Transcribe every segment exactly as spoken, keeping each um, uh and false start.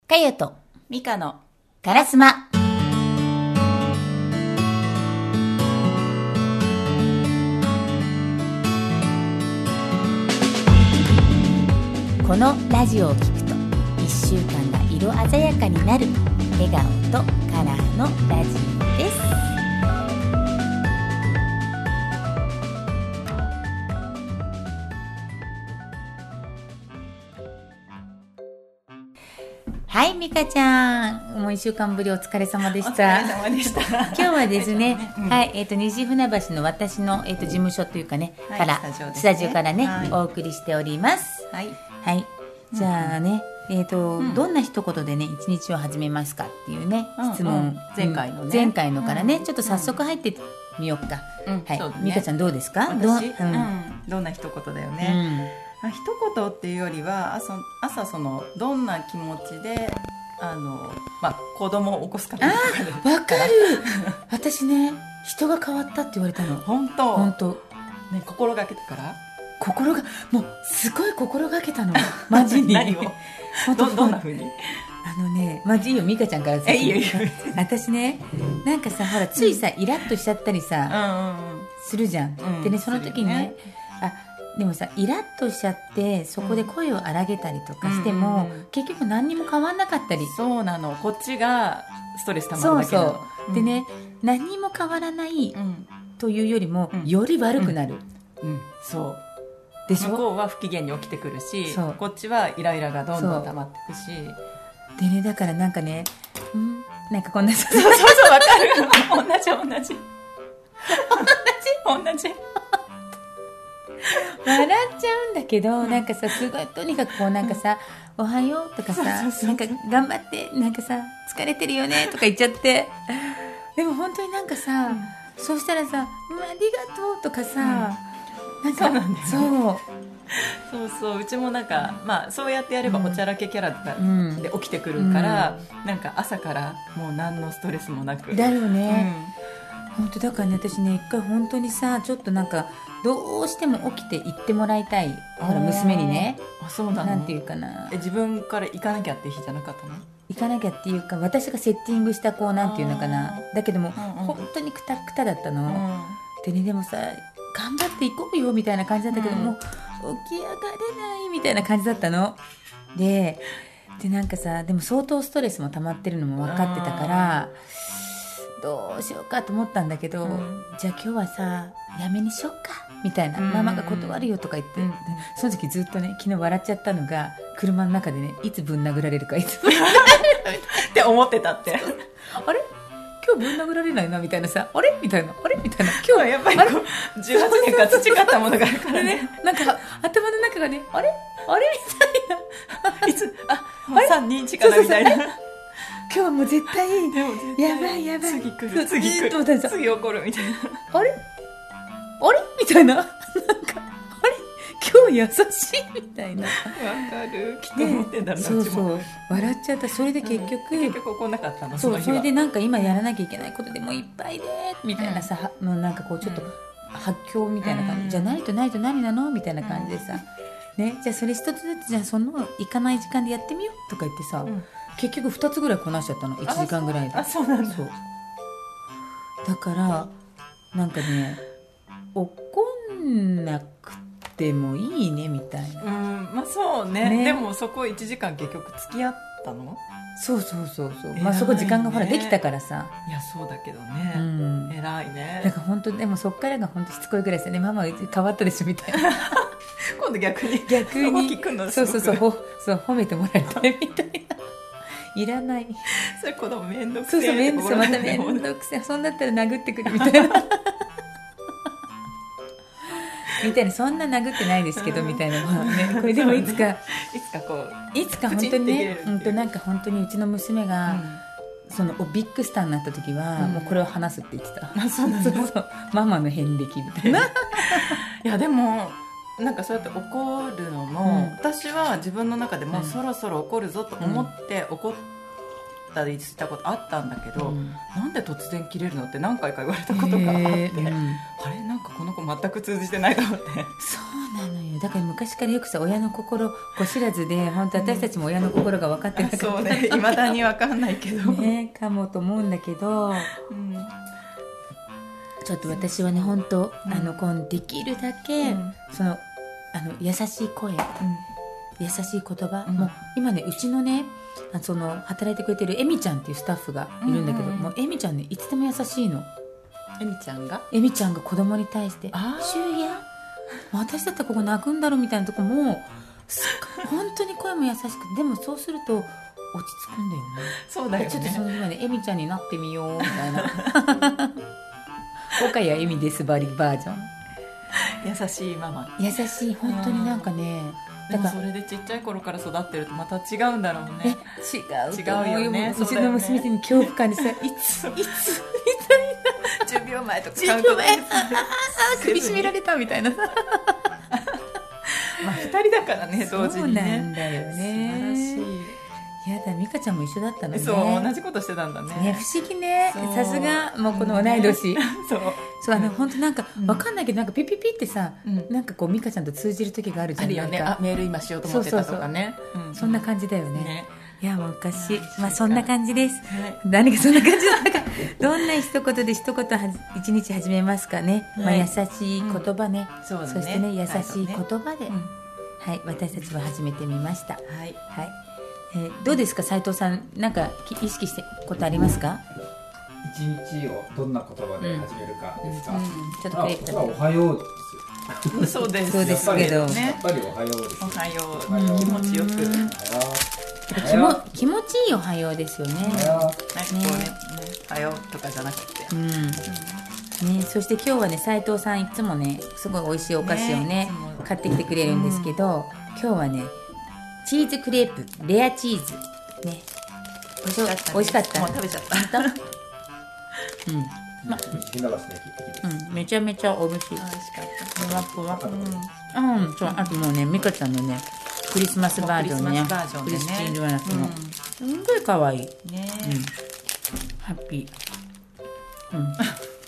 かよとミカのガラスマ。このラジオを聞くといっしゅうかんが色鮮やかになる笑顔とカラーのラジオです。はい、ミカちゃん、もういっしゅうかんぶりお疲れ様でした。 お疲れ様でした今日はですね、 ねうん、 はい、えっ、ー、と西船橋の私のえっ、ー、と事務所というかね、 はい、 からスタジオですねスタジオからね、 はい、 お送りしております。 はい、 はい、じゃあね、えっ、ー、と、うん、どんな一言でね一日を始めますかっていうね、うん、質問、うん、 前回のね、 前回のからね、うん、ちょっと早速入ってみようか。うん、はい、ね、ミカちゃんどうですか？ 私、 ど, うんうん、どんな一言だよね。うん、一言っていうよりは朝、朝そのどんな気持ちで。あのまあ、子供を起こすかとかでわかる私ね、人が変わったって言われたの。 本当本当、 ね、心がけたから心がもうすごい心がけたのマジに何をど, どんな風にあのね、マジいいよ、ミカちゃんから先に。え、いいよいいよ。 私ね、なんかさ、ほらついさ、イラッとしちゃったりさ、 うんうんうん、 するじゃん、うん、でね、その時にね、ね、あでもさ、イラッとしちゃってそこで声を荒げたりとかしても、うんうんうん、結局何にも変わんなかったり。 そうなの、こっちがストレス溜まるだけなの。 そうそう、うん、でね、何にも変わらないというよりも、うん、より悪くなる、 うんうん、そうでしょ。向こうは不機嫌に起きてくるし、こっちはイライラがどんどん溜まってくしでね、だからなんかね、うん、なんかこんなそうそうそう、わかる同じ同じ同じ同じ笑っちゃうんだけど、なんかさ、すごいとにかくこうなんかさ、おはようとかさ、なんか頑張ってなんかさ、疲れてるよねとか言っちゃって、でも本当になんかさ、うん、そうしたらさ、うん、ありがとうとかさ、うん、なんかそうなんだよ、 そうそうそう、うちもなんか、まあ、そうやってやればおちゃらけキャラとかで起きてくるから、うん、なんか朝からもう何のストレスもなくだよね、うん、本当だからね、私ね、一回本当にさ、ちょっとなんかどうしても起きて行ってもらいたい、ほら娘にね。 あ、そうなの。 なんていうかな、 え、自分から行かなきゃって日じゃなかったの？ 行かなきゃっていうか、私がセッティングしたこうなんていうのかな、だけども、うんうん、本当にクタクタだったの、うん、でね、でもさ、頑張って行こうよみたいな感じだったけど、うん、もう起き上がれないみたいな感じだったので、でなんかさ、でも相当ストレスも溜まってるのも分かってたから、どうしようかと思ったんだけど、うん、じゃあ今日はさ、やめにしようかみたいな、うん、ママが断るよとか言って、うん、その時ずっとね、昨日笑っちゃったのが、車の中でね、いつぶん殴られるかいつぶん殴られるって思ってたってあれ今日ぶん殴られないなみたいなさ、あれみたいな、あれみたいな、今日はやっぱりこうじゅうはちねんか培ったものがあるからねなんか頭の中がね、あれあれみたいな、 いつあさんにちかなみたいな、そうそうそう、 今日はもう絶対でも絶対やばいやばい、 次来る次来る次起こるみたいな、 あれあれみたいな、なんかあれ今日優しいみたいな、わかる、きっと思ってんだろうな、 そうそう笑っちゃった。それで結局、 うん、結局怒んなかったの、 そう、それでなんか今やらなきゃいけないことでもういっぱいでみたいなさ、うん、もうなんかこうちょっと発狂みたいな感じ、うん、じゃないとないと何なのみたいな感じでさ、うん、ね、じゃあそれ一つずつ、じゃあその行かない時間でやってみようとか言ってさ、うん、結局ふたつぐらいこなしちゃったの、いちじかんぐらいで。 あ、そうなんだ。 そうだからなんかね、怒んなくてもいいねみたいな、 うん、まあそうね、ね、でもそこいちじかん結局付き合ったの？ そうそうそうそう、まあ、そこ時間がほらできたからさ。 いやそうだけどね、うん、偉いね。 だから本当、でもそっからが本当しつこいぐらいですよね、ママ変わったでしょみたいな今度逆に逆に聞くのそうそうそう、ほそう褒めてもらいたいみたいないらない、 それ子供めんどくせえ、 そうそう、めんどくせえ、まためんどくせえ、そんだったら殴ってくるみたいなみたいな、そんな殴ってないですけど、うん、みたいな、まあね、これでもいつかいつかこういつか本当にね、本当なんか本当にうちの娘が、うん、そのビッグスターになった時は、うん、もうこれを話すって言ってた、 あ、そうなんだそうそう、ママの遍歴みたいないやでもなんかそうやって怒るのも、うん、私は自分の中でもうそろそろ怒るぞと思って怒っったりしたことあったんだけど、 うん、 なんで突然切れるのって何回か言われたことがあって、うん、あれなんかこの子全く通じてないと思って。 そうなのよ。だから昔からよくさ、親の心子知らずで、本当私たちも親の心が分かってなかった、 うん、そうね、いまだに分かんないけどね、かもと思うんだけど、うん、ちょっと私はね本当、うん、あのこうできるだけ、うん、そのあの優しい声、うん、優しい言葉、うん、もう今ねうちのねその働いてくれてるエミちゃんっていうスタッフがいるんだけど、うんうんうん、もうエミちゃんねいつでも優しいの。 エミちゃんがエミちゃんが子供に対して「シュウヤ私だったらここ泣くんだろ」みたいなとこも本当に声も優しくて、でもそうすると落ち着くんだよね。 そうだよね。 ちょっとその今ねエミちゃんになってみようみたいな岡谷エミですバリバージョン。 優しいママ、 優しい、本当になんかね、 だからそれでちっちゃい頃から育ってるとまた違うんだろうね。 え違う違うよね。 うちの娘に恐怖感でさ、いついつみたいなじゅうびょうまえとかじゅうびょうまえ、ああ首絞められたみたいなまあふたりだからね、同時にね。 そうなんだよね。 素晴らしい。 やだ、美香ちゃんも一緒だったのね。 そう同じことしてたんだね。 ね、不思議ね。さすがもうこの同い年、ね、 そうそう、あの本当なんかわかんないけど、なんかピピピってさ、うん、なんかこう美香ちゃんと通じる時があるじゃん。 あるよね。あ、メール今しようと思ってたとかね。 そうそうそう、うん、そんな感じだよね。ね、いやもうおかしい、まあそんな感じです。はい、何かそんな感じだったかどんな一言で一言は一日始めますかね。はい、まあ優しい言葉ね。うん、そうだね。そしてね優しい言葉で、ね、うん、はい、私たちは始めてみました。はいはい。えー、どうですか斉藤さん、なんか意識してことありますか？ 一日をどんな言葉で始めるかですか？うんうん、 ちょっとクレープだおはようですよ。そうです。 そうですけど、 やっぱりおはようです。 おはよう、気持ちよく。 気も気持ちいいおはようですよね。 なんかこうね、おはようとかじゃなくて。うん。 ね、そして今日はね斉藤さんいつもねすごい美味しいお菓子をね、ね買ってきてくれるんですけど、うん、今日はねチーズクレープレアチーズね、 美味しかった、ね、 美味しかった。 もう食べちゃった。 うん、ま、 うん、 めちゃめちゃ美味しい。 美味しかった。 ふわふわ。うん、うん、そう、あともうね美香ちゃんのねクリスマスバージョンね、クリスチンドーナツの、すんごい可愛いね、うん、ハッピー。うん。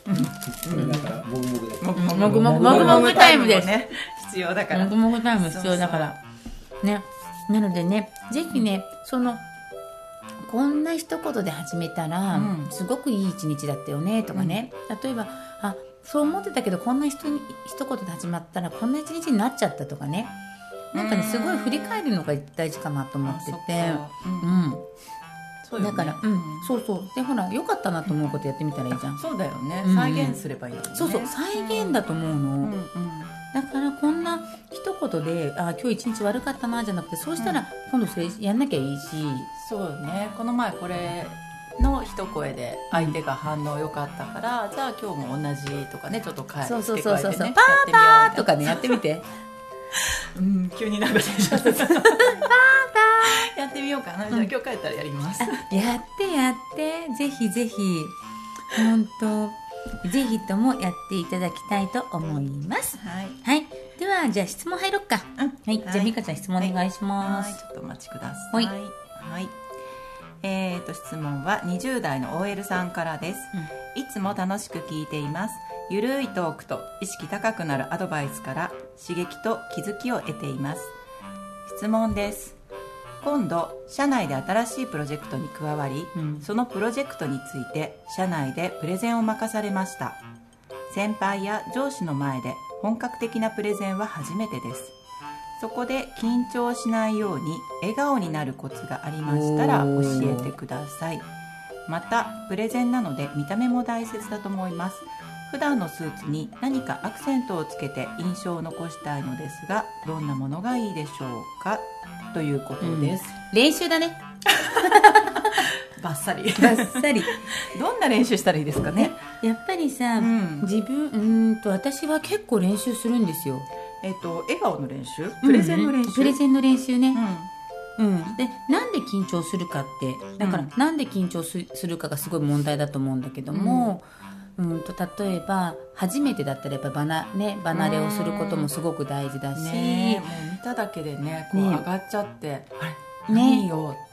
もぐもぐもぐもぐタイムですね。 必要だから。 もぐもぐタイム必要だからね。なのでね、ぜひね、そのこんな一言で始めたら、うん、すごくいい一日だったよねとかね、うん、例えばあそう思ってたけどこんな一言で始まったらこんな一日になっちゃったとかね、なんかねすごい振り返るのが大事かなと思ってて、うん、うん、だから、うん、そうそうでほらよかったなと思うことやってみたらいいじゃん。 そうだよね、うん、再現すればいいよね。 そうそう再現だと思うの、うんうん、だからこんな一言であ今日一日悪かったなじゃなくて、そうしたら今度それやんなきゃいいし、 そうね、この前これの一声で相手が反応良かったから、うん、じゃあ今日も同じとかね、ちょっと変えて、ね、 そうそうそうそう、パーパーとかねやってみてうん、急になんかテンションパーパーやってみようかな、じゃあ今日帰ったらやります、 うん、やってやってぜひぜひ本当ぜひともやっていただきたいと思います。はい、はい、ではじゃあ質問入ろっか、うん、はい、はい、じゃあ美香ちゃん質問お願いします。 はい、はい、ちょっとお待ちください。はい、はい、えーと質問はにじゅう代の オーエル さんからです、うん、いつも楽しく聞いています。ゆるいトークと意識高くなるアドバイスから刺激と気づきを得ています。質問です。今度社内で新しいプロジェクトに加わり、うん、そのプロジェクトについて社内でプレゼンを任されました。先輩や上司の前で本格的なプレゼンは初めてです。そこで緊張しないように笑顔になるコツがありましたら教えてください。またプレゼンなので見た目も大切だと思います。普段のスーツに何かアクセントをつけて印象を残したいのですが、どんなものがいいでしょうか、ということです、 うん、練習だねバッサリバッサリどんな練習したらいいですかね。 やっぱりさ、うん、自分うんと私は結構練習するんですよ。 えっと笑顔の練習、プレゼンの練習、うん、 プレゼンの練習ね、うんうん、でなんで緊張するかってだから、うん、なんで緊張するかがすごい問題だと思うんだけども、うん、うんと例えば初めてだったらやっぱ離、ね、離れをすることもすごく大事だし、 ね、もう見ただけでねこう上がっちゃって、ね、あれ何よっ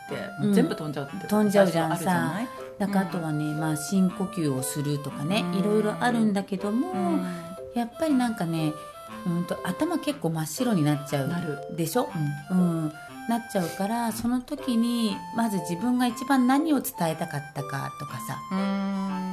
て全部飛んじゃうって飛んじゃうじゃんさ。 ないだからあとはね、まあ、深呼吸をするとかね、いろいろあるんだけども、うん、やっぱりなんかね、うんと頭結構真っ白になっちゃうでしょ、うんうん、なっちゃうから、その時にまず自分が一番何を伝えたかったかとかさ、うん、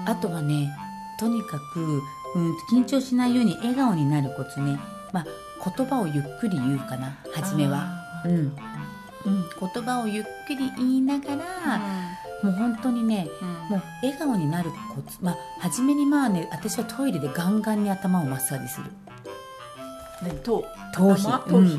あとはね、とにかく、うん、緊張しないように笑顔になるコツね、まあ、言葉をゆっくり言うかな、初めは、うんうん、言葉をゆっくり言いながら、うん、もう本当にね、うん、もう笑顔になるコツ、まあ、初めにまあね、私はトイレでガンガンに頭をマッサージする。 頭頭皮、頭皮、うんうん、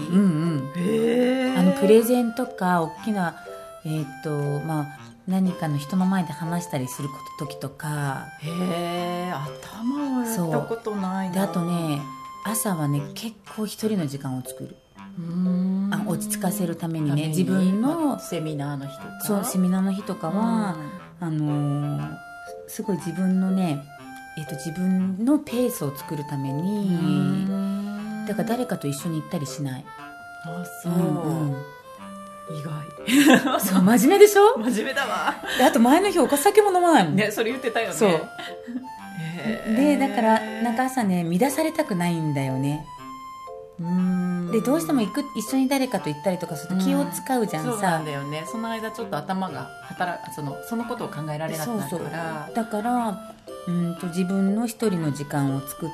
へー、あのプレゼンとか大きな、えーっとまあ、何かの人の前で話したりする時とか、 へー、頭はやったことないな。 であとね、朝はね結構一人の時間を作る。うーん、あ、落ち着かせるためにね、自分のセミナーの日とか、 そうセミナーの日とかは、あのー、すごい自分のね、えーっと自分のペースを作るために、だから誰かと一緒に行ったりしない。 あ、そう、うんうん、意外そう真面目でしょ。 真面目だわ。 であと前の日お酒も飲まないもんね、それ言ってたよね。 そうでだからなんか朝ね乱されたくないんだよね。うーん、でどうしても行く一緒に誰かと行ったりとかすると気を使うじゃんさ。 そうなんだよね。その間ちょっと頭が働く、そのそのことを考えられなくなるから。そうそうだからうんと自分の一人の時間を作って、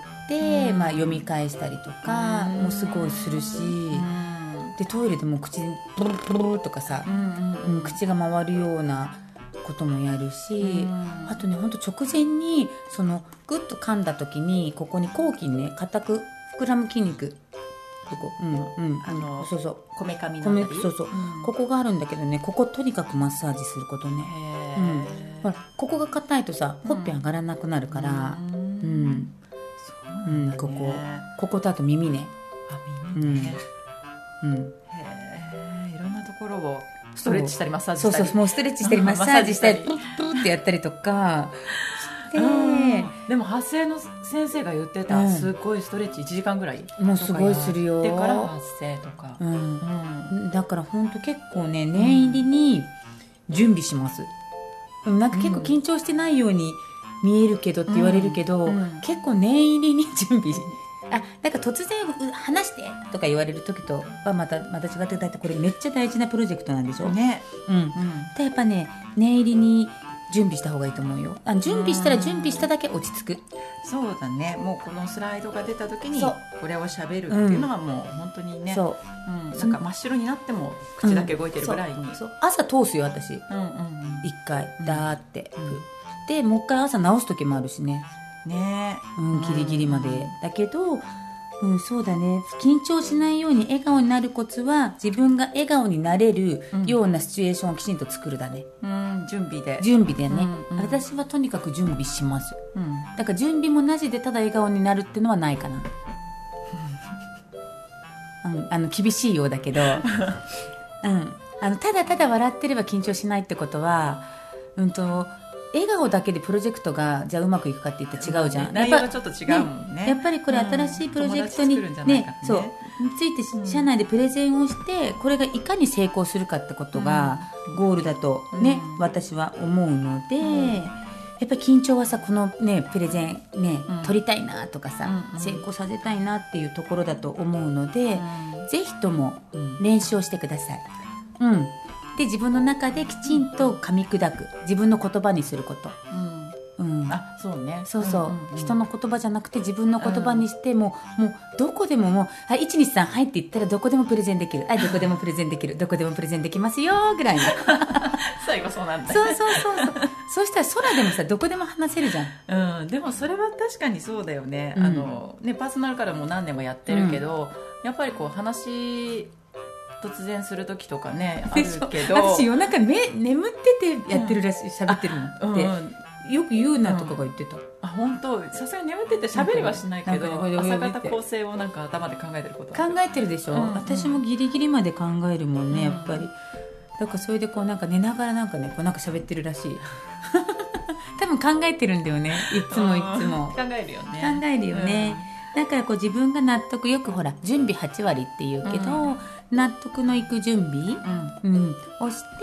まあ、読み返したりとかもすごいするし、でトイレでも口ブルブルブルとかさ、うんうん、口が回るようなこともやるし、あとねほんと直前にそのグッと噛んだ時にここに後筋ね、硬く膨らむ筋肉、ここ、うんうん、 あのそうそう、 こめかみのあたり、 そうそう、うん、ここがあるんだけどね、こことにかくマッサージすることね。うん、ほらここが硬いとさ、ほっぺ上がらなくなるから、うん、うんうん、こここことあと耳ね、 あ、耳ね、 うんうん、 へえ、いろんなところをストレッチしたりマッサージしたり、 そうそう、もうストレッチしたりマッサージしたりプップッってやったりとかで、うん、 でも発声の先生が言ってた、うん、すごいストレッチいちじかんぐらいもうすごいするよ。 でから発声とか、 うんうん、だから本当結構ね念入りに準備します、うん、なんか結構緊張してないように見えるけどって言われるけど、うんうん、結構念入りに準備あ、なんか突然話してとか言われる時とはまたまた違って、だってこれめっちゃ大事なプロジェクトなんでしょね、うんうん、でやっぱね念入りに準備した方がいいと思うよ。あ、準備したら準備しただけ落ち着く。 そうだね。もうこのスライドが出た時にこれを喋るっていうのはもう本当にね、そう、うん、なんか真っ白になっても口だけ動いてるぐらいに、うん、そうそう、朝通すよ私、うんうんうん、一回ダーって、うん、でもう一回朝直す時もあるしね。 ね、 うん、ギリギリまで、うん、だけど、うん、そうだね、緊張しないように笑顔になるコツは自分が笑顔になれるようなシチュエーションをきちんと作るだね、 うん、準備で準備でね、うんうん、私はとにかく準備します、うん、だから準備もなしでただ笑顔になるっていうのはないかな、うん、あの厳しいようだけど、うん、あのただただ笑ってれば緊張しないってことは、うんと笑顔だけでプロジェクトがじゃあうまくいくかって言ったら違うじゃん。 内容がちょっと違うもんね。 やっぱりこれ新しいプロジェクトに、うんねね、そうについて社内でプレゼンをして、これがいかに成功するかってことがゴールだとね、うん、私は思うので、うん、やっぱり緊張はさ、このねプレゼンね、うん、取りたいなとかさ、うん、成功させたいなっていうところだと思うので、うん、ぜひとも練習をしてください。うん。で自分の中できちんと噛み砕く、自分の言葉にすること、うんうん、 あ、そうね、 そうそう、うんうんうん、人の言葉じゃなくて自分の言葉にして、うん、もう、もうどこでももう、はい、いちにちさんはいって言ったらどこでもプレゼンできる、はい、どこでもプレゼンできるどこでもプレゼンできますよぐらいの最後そうなんだ、 そうそうそうそうそうしたら空でもさどこでも話せるじゃん、うん、でもそれは確かにそうだよね、うん、あのねパーソナルからも何年もやってるけど、うん、やっぱりこう話突然する時とかねあるけど、 私夜中め眠っててやってるらしい、喋、うん、ってるのって、うん、よく言うなとかが言ってた、うん、 あ、本当、さすがに眠ってて喋りはしないけど、朝方構成をなんか頭で考えてること考えてるでしょ、うんうん、私もギリギリまで考えるもんね、やっぱり、だからそれでこうなんか寝ながらなんかねこうなんか喋ってるらしい多分考えてるんだよね、いつもいつも考えるよね、 考えるよね、うん、だからこう自分が納得、よくほら準備はちわりって言うけど、うん、納得のいく準備、うんうん、をして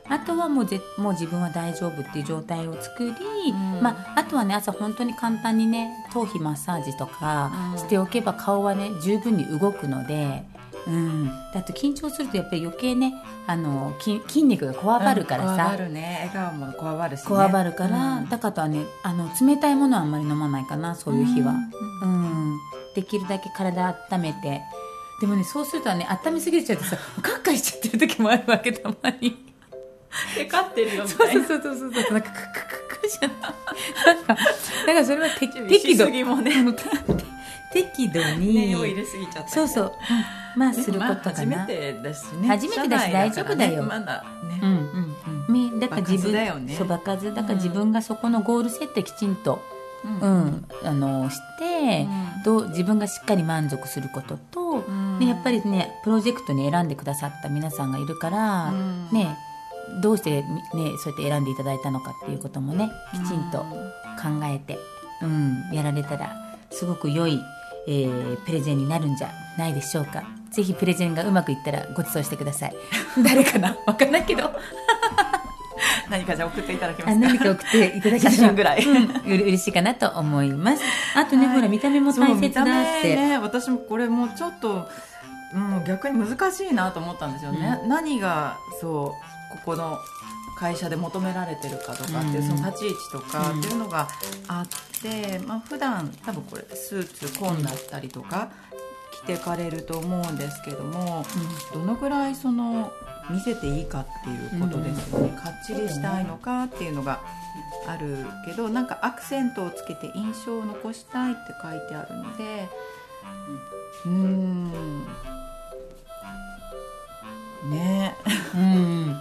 あとはもうぜもう自分は大丈夫っていう状態を作り、 うんまあ、あとはね朝本当に簡単にね頭皮マッサージとかしておけば顔はね十分に動くので、うん、あと緊張するとやっぱり余計ねあの筋筋肉がこわばるからさ、 こわばるね、笑顔もこわばるしね、 こわばるから、 うんだからはねあの冷たいものはあんまり飲まないかなそういう日は、うんできるだけ体温めて。でもねそうするとね温めすぎちゃうとさカッカしちゃってる時もあるわけたまにテカってるよみそたいな。 うそうそうそうそうなんかカッカカッカじゃないなんかだからそれは適適度しすぎもねあのて適度に、 ねを入れすぎちゃった。 そうそう、うんまあすることかな、 まあ初めてだしね。 初めてだし社内からね大丈夫だよまだね。 うんうんうんねだから自分場数だよねそう場数だから自分がそこのゴール設定きちんと、 うんうんあのして、 うんどう自分がしっかり満足することと、 うんでやっぱりねプロジェクトに選んでくださった皆さんがいるから、 うんねどうして、ね、そうやって選んでいただいたのかっていうこともねきちんと考えて、うん、やられたらすごく良い、えープレゼンになるんじゃないでしょうか。ぜひプレゼンがうまくいったらご馳走してください。誰かなわかんないけど何かじゃあ送っていただけまあすか。 何か送っていただけたら写真ぐらいうん、うれ嬉しいかなと思います。あとね、 はいほら見た目も大切だそう見たって、 目ね、私もこれもうちょっと、うん、逆に難しいなと思ったんですよね、何がそうここの会社で求められてるかとかっていう、 うんその立ち位置とかうんっていうのがあって、まあ普段多分これスーツ紺だったりとか着てかれると思うんですけども、どのぐらいその見せていいかっていうことですよね、かっちりしたいのかっていうのがあるけど、なんかアクセントをつけて印象を残したいって書いてあるので、うーんねうんうん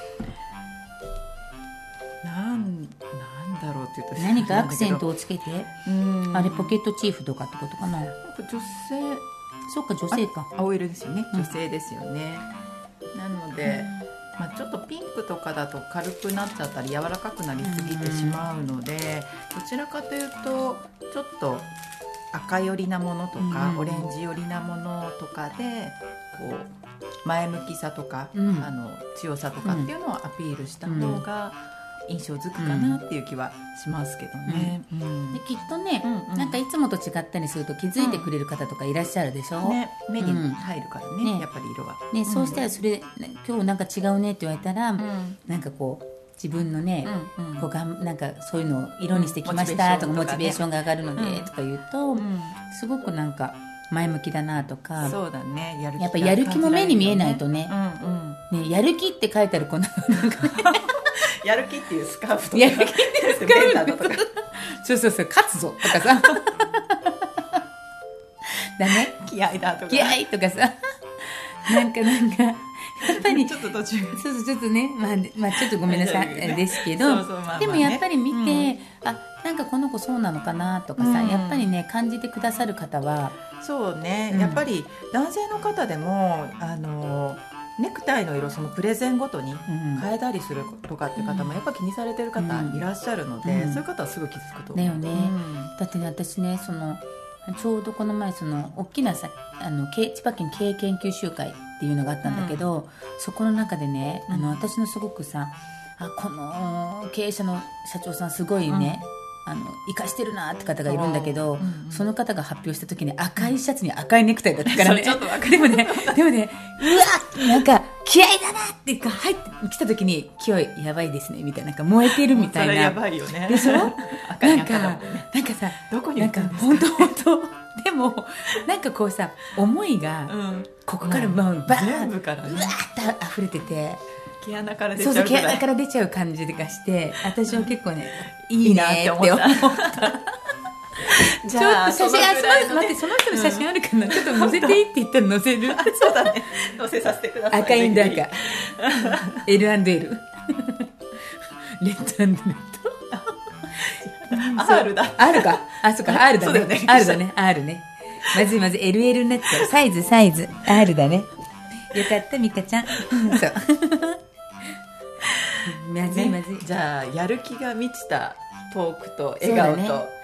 なんなんだろうって言うと何かアクセントををつけて、 うんあれポケットチーフとかってことかな。 女性そうか女性か。 青色ですよね、 うん女性ですよね、なので、まあ、ちょっとピンクとかだと軽くなっちゃったり柔らかくなりすぎてしまうので、どちらかというとちょっと赤寄りなものとか、 うんオレンジ寄りなものとかでこう前向きさとか、 うんあの強さとかっていうのをアピールした方が印象づくかなっていう気はしますけどね、うんできっとね、 うんうんなんかいつもと違ったりすると気づいてくれる方とかいらっしゃるでしょ、 ね、目にうん入るからね、 ねやっぱり色は、 ね、そうしたらそれ、今日なんか違うねって言われたら、 うんなんかこう自分のね、 うんうんこうがんなんかそういうのを色にしてきましたとか、 うんモチベーションが上がるので、 うんとか言うと、 うんすごくなんか前向きだなとか、 そうだね、やる気がやっぱやる気も目に見えないとねうんうん、 ね、やる気って書いてあるこのなんかやる気っていうスカーフとかやる気ってベンダーとかそうそうそう勝つぞとかさだね気合だとか気合とかさなんかなんかやっぱりちょっと途中そうそうちょっとね、まあ、まあちょっとごめんなさいねですけど、 そうそうまあまあねでもやっぱり見て、あなんかこの子そうなのかなとかさ、 うんやっぱりね感じてくださる方は、 そうね、 うんやっぱり男性の方でもあのネクタイの色そのプレゼンごとにうん変えたりするとかっていう方もやっぱ気にされてる方いらっしゃるので、 うんそういう方はすぐ気づくと思うだよねうんだってね私ねそのちょうどこの前その大きなさあのけ千葉県経営研究集会っていうのがあったんだけど、そこの中でねあの私のすごくさあこの経営者の社長さんすごいね、あの生かしてるなって方がいるんだけど、 うんうんその方が発表した時に赤いシャツに赤いネクタイだったからねそれちょっとわかるでもねでもねうわなんか気合いだなって入ってきた時に勢いやばいですねみたいななんか燃えてるみたいなそれやばいよねでしょ赤ないんか赤だもんねなんかさどこになんか売ってるんですか本当本当でもなんかこうさ思いがうんここからもうバー全ッ部からねうわーって溢れてて毛穴から出ちそうそう毛ゃうぐらい穴から出ちゃう感じがして私は結構ねいいいいねっなって思て思ったったじちょっと写真あそのぐらいのね待ってその人の写真あるかな、ちょっと載せていいって言ったら載せるそうだね載せさせてください赤いんだぜひ赤 エルアンドエル レッドアンドレッド R だ R かあそうか R だねそうだよね R だね R ねまずいまずい エルエル になっちゃうサイズサイズ R だねよかったミカちゃんそうまずいまずい、 じゃあやる気が満ちたトークと笑顔と、 そうだね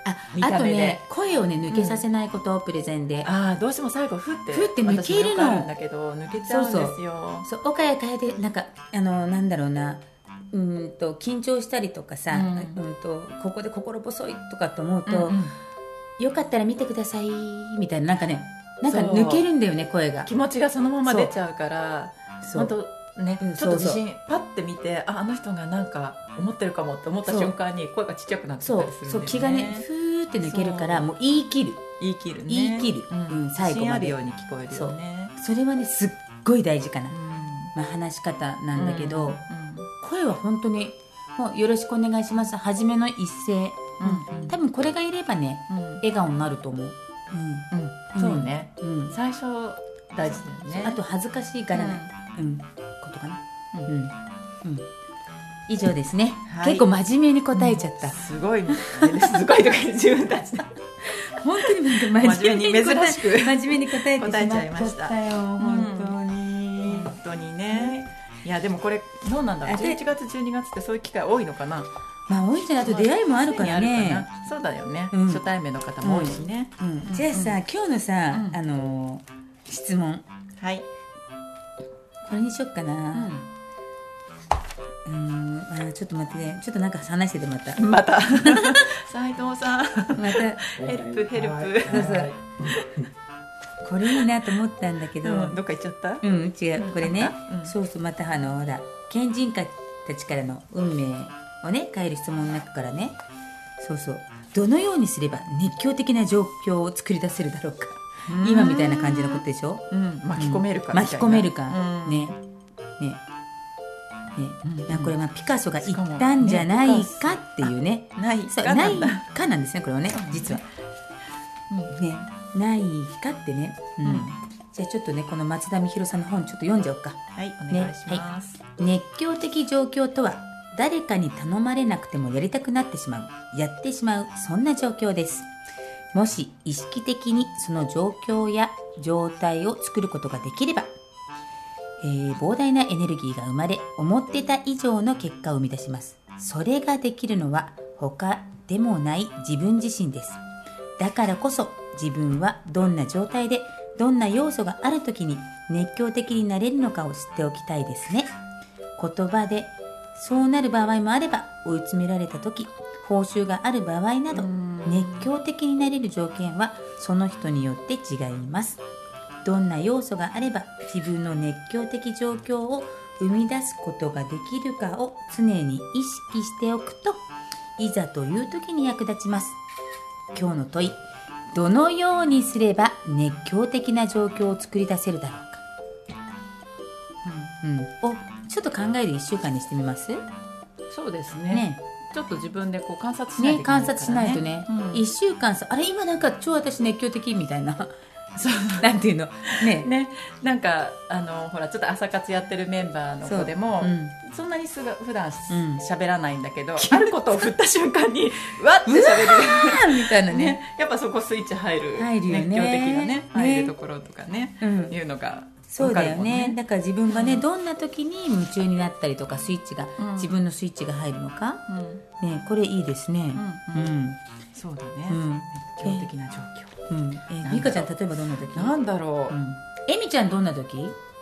あ見あとた目でね声をね抜けさせないこと、プレゼンで。 ああどうしても最後ふってふって抜けるの私もよくあるんだけど抜けちゃうんですよ。 そう岡谷楓なんかあのなんだろうな、うんと緊張したりとかさ、 うんうんとここで心細いとかと思うと、 うんうんよかったら見てくださいみたいな、なんかねなんかそう抜けるんだよね声が。 気持ちがそのまま出ちゃうからそう本当ね、 うんちょっと自そう信パッて見てああの人がなんか思ってるかもって思った瞬間に声がちっちゃくなってたそうりするんだよね。 そう気がねふーって抜けるからそうもう言い切る。 言い切るね言い切るうんうん最後まで自信あるように聞こえるよね。 それはねすっごい大事かな、 うんまあ、話し方なんだけど、 うん声は本当にもうよろしくお願いします初めの一声、 うんうん多分これがいればねうん笑顔になると思う、 うんそうね、 うんうん最初大事だよね。 あと恥ずかしいからね、うんことかな、 うんうんうん、以上ですね、 はい結構真面目に答えちゃった、 すごいねすごいとか言って自分たちで本当になんか真面目に答え真面目に珍しく真面目に答えてしまっ答えちゃいまちゃしたったよ本当に、 本当にね。いやでもこれどうなんだろう。 あでじゅういちがつじゅうにがつってそういう機会多いのかな。 まあ多いんじゃない、あと出会いもあるからね、 まあそうだよね、 うん初対面の方も多いしね。 うんじゃあさ、今日のさ、 うんあのー質問はい。 これにしよっかうな、うーんあちょっと待ってねちょっとなんか話しててまたん、また斉藤さんまたヘルプヘルはいプ。 そうそうこれいいなと思ったんだけど、 うん、どっか行っちゃった？ うん、違う、これね、 うんそうそう、またあの、ほら、賢人家たちからの運命をね、変える質問の中からね、そうそう、どのようにすれば熱狂的な状況を作り出せるだろうか。今みたいな感じのことでしょ。 うん、巻き込めるかみたいな、 巻き込めるか、 うんね、ね、ね、 うんなんかこれまあピカソが言ったんじゃないかっていうね、 ないそうないかなんだ。 かなんですね、これはね、実は。ね、ないかってね、うんうんじゃあちょっとねこの松田美弘さんの本ちょっと読んじゃおうか。 はい、お願いします。 熱狂的状況とは誰かに頼まれなくてもやりたくなってしまう、やってしまう、そんな状況です。もし意識的にその状況や状態を作ることができれば、えー膨大なエネルギーが生まれ思ってた以上の結果を生み出します。それができるのは他でもない自分自身です。だからこそ自分はどんな状態でどんな要素があるときに熱狂的になれるのかを知っておきたいですね。言葉でそうなる場合もあれば、追い詰められたとき報酬がある場合など、熱狂的になれる条件はその人によって違います。どんな要素があれば自分の熱狂的状況を生み出すことができるかを常に意識しておくと、いざという時に役立ちます。今日の問い、どのようにすれば熱狂的な状況を作り出せるだろうか、うんうん、をちょっと考えるいっしゅうかんにしてみますそうですね。 ね。 ちょっと自分でこう観察しないとね、 いけないからね。 観察しないとね、 うんいっしゅうかんさ、あれ今なんか超私熱狂的みたいななんていうのねね、なんかあのほらちょっと朝活やってるメンバーの子でもそううんそんなにすが普段しうん喋らないんだけど、あることを振った瞬間にわって喋るあーみたいなねね、やっぱそこスイッチ入る入るよね熱狂的なねね入るところとかね、 うんいうのがそうだよわかるもんね。だから自分がね、 うんどんな時に夢中になったりとかスイッチが、 うん自分のスイッチが入るのか、 うんね、これいいですね。 ううんん、 そうだね、 うん熱狂的な状況、 うん、えー、美香ちゃん例えばどんな時？ なんだろう、 うん、えみちゃんどんな時？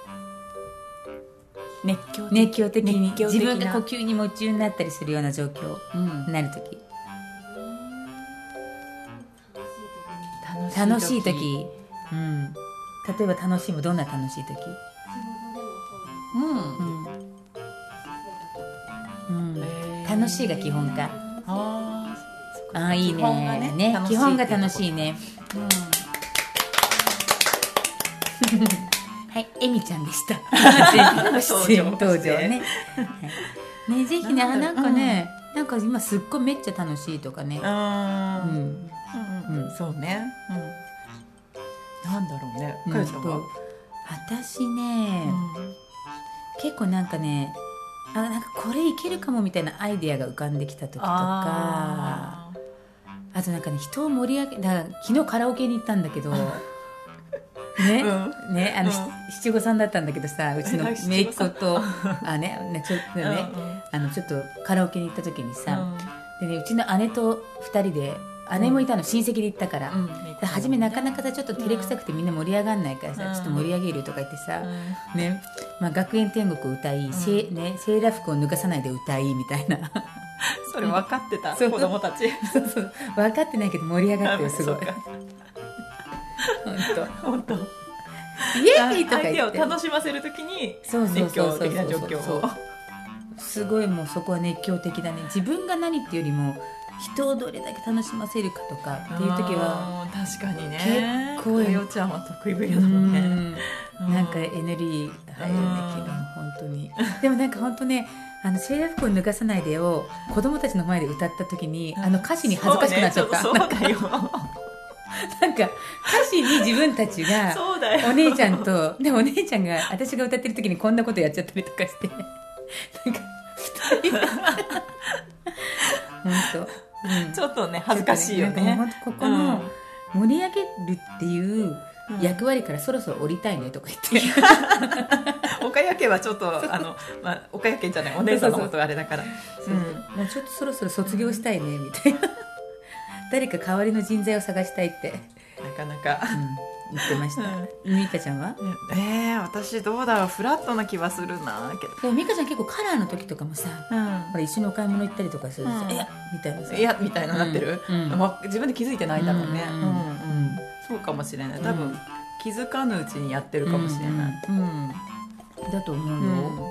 熱狂的熱狂的に熱狂的な自分が呼吸に夢中になったりするような状況うんになる時、 楽楽しい時、うん、例えば楽しいもどんな楽しい時？ うん、 うん、うん、 へー楽しいが基本か。 あーあーいいね。 基本がねね楽しい基本がっていうとこ楽しいね。はい、えみちゃんでした。出演登場ね。はいね、ぜひね、あなんかね、なんか今すっごいめっちゃ楽しいとかね。 うん、 ううんん、 うんうんそうね、うん、なんだろうね、 うんかよちゃんは、 と私ね、結構なんかね、あなんかこれいけるかもみたいなアイディアが浮かんできた時とか、ああとなんかね、人を盛り上げ、だから昨日カラオケに行ったんだけど。ね、 うね、あの、 うん七五三だったんだけどさ、うちのはい姪っ子と、あ、ね、ね、ちょっとね、 うんうんあの、ちょっとカラオケに行った時にさ、 うんでね、うちの姉と二人で、 姉もいたの、親戚で行ったから、 うん、 で初めなかなかさちょっと照れくさくてみんな盛り上がんないからさ、 うん、 ちょっと盛り上げるとか言ってさ、 うんねまあ、学園天国歌い、うんセーね、セーラー服を脱がさないで歌いみたいなそれ分かってたそう子供たちそうそう分かってないけど盛り上がってるすごい本当イエーイとか言って相手を楽しませるときにそうそう熱狂そうそう的な状況をすごいもうそこは熱狂的だね。自分が何っていうよりも人をどれだけ楽しませるかとかっていう時は確かにね結構かよちゃんは得意分野だもんねんなんかエネルギー入るんだけど本当にでもなんか本当ねあのセーラー服を脱がさないでを子供たちの前で歌った時にあの歌詞に恥ずかしくなっちゃった、 そうね、そうだよなんか歌詞に自分たちがお姉ちゃんとでもお姉ちゃんが私が歌ってる時にこんなことやっちゃったりとかしてなんかふたり本当、うん、 ちょっとね恥ずかしいよね。 なんか本当ここの盛り上げるっていう役割からそろそろ降りたいねとか言って、 うん、岡谷家はちょっとあの、まあ、岡谷家じゃないお姉さんのことはあれだからそうそう、うん、もうちょっとそろそろ卒業したいねみたいな誰か代わりの人材を探したいってなかなか、 うん、言ってました。美香ちゃんはえー、私どうだろうフラットな気はするなけどでも美香ちゃん結構カラーの時とかもさ、うん、ほら一緒にお買い物行ったりとかするとさ、うん、いやみたいなさいやみたいななってる、うんうん、自分で気づいてないんだろうね、うんうんうん、そうかもしれない多分、うん、気づかぬうちにやってるかもしれない、うんうんうん、だと思うよ、うん、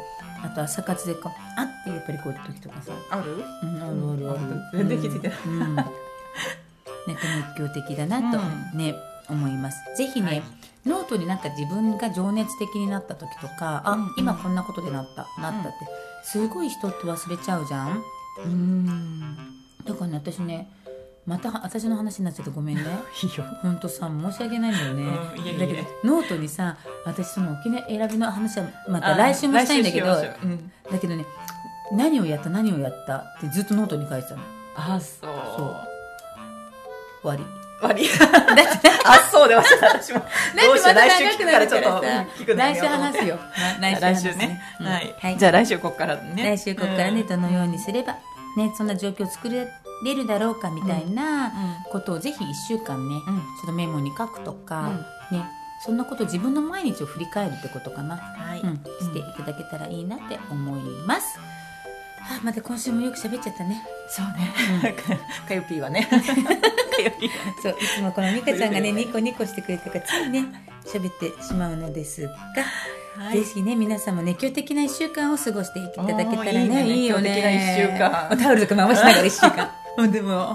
あと朝活でかあってやっぱりこういう時とかさある、 うん、あるあるある全然気づいてない、 うんうんね、熱狂的だなと、ねうん、思います。ぜひね、はい、ノートになんか自分が情熱的になった時とか、うん、あ今こんなことでなった、うん、なったってすごい人って忘れちゃうじゃん。うんだからね私ねまた私の話になっちゃってごめんねいいよほんとさ申し訳ないんだよね、 うん、いやいやだけどノートにさ私その沖縄選びの話はまた来週もしたいんだけど、うん、だけどね何をやった何をやったってずっとノートに書いてたの。 あそうそう終わり終わりあそうで忘れた私もどうして来週聞くからちょっと聞くの来週話すよ来週, 来週ね、うんはいはい、じゃあ来週ここからね来週ここからね、うん、どのようにすればねそんな状況を作れるだろうかみたいなことをぜひいっしゅうかんね、うん、ちょっとメモに書くとか、うん、ねそんなこと自分の毎日を振り返るってことかな、はいうん、していただけたらいいなって思います、はあ、また今週もよく喋っちゃったね。 そうね、うん、かよぴーはねかよぴーはねそういつもこの美香ちゃんがねニコニコしてくれてるからついね喋ってしまうのですが、はい、ぜひね皆さんも熱狂的ないっしゅうかんを過ごしていただけたらねいいねいいよね熱狂的ないっしゅうかんタオルとか回しながらいっしゅうかんでも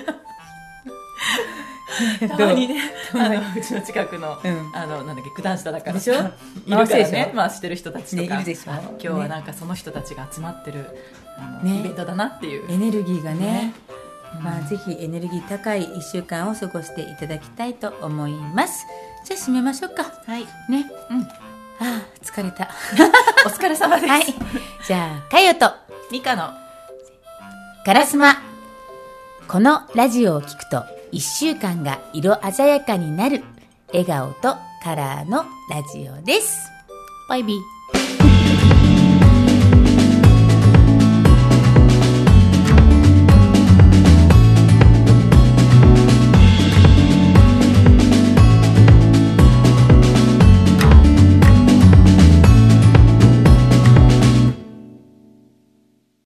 たまにねあのうちの近くの、うん、あのなんだっけ九段下だからでしょいるからね回してる人たちとか、 ね、いるでしょ今日はなんかその人たちが集まってる、あのね、イベントだなっていうエネルギーがね、ねまあ、ぜひエネルギー高いいっしゅうかんを過ごしていただきたいと思います。じゃあ締めましょうか。 はいね、うん、ああ疲れたお疲れ様です、 はい、じゃあかよとミカのガラスマ。このラジオを聞くといっしゅうかんが色鮮やかになる笑顔とカラーのラジオです。バイビー。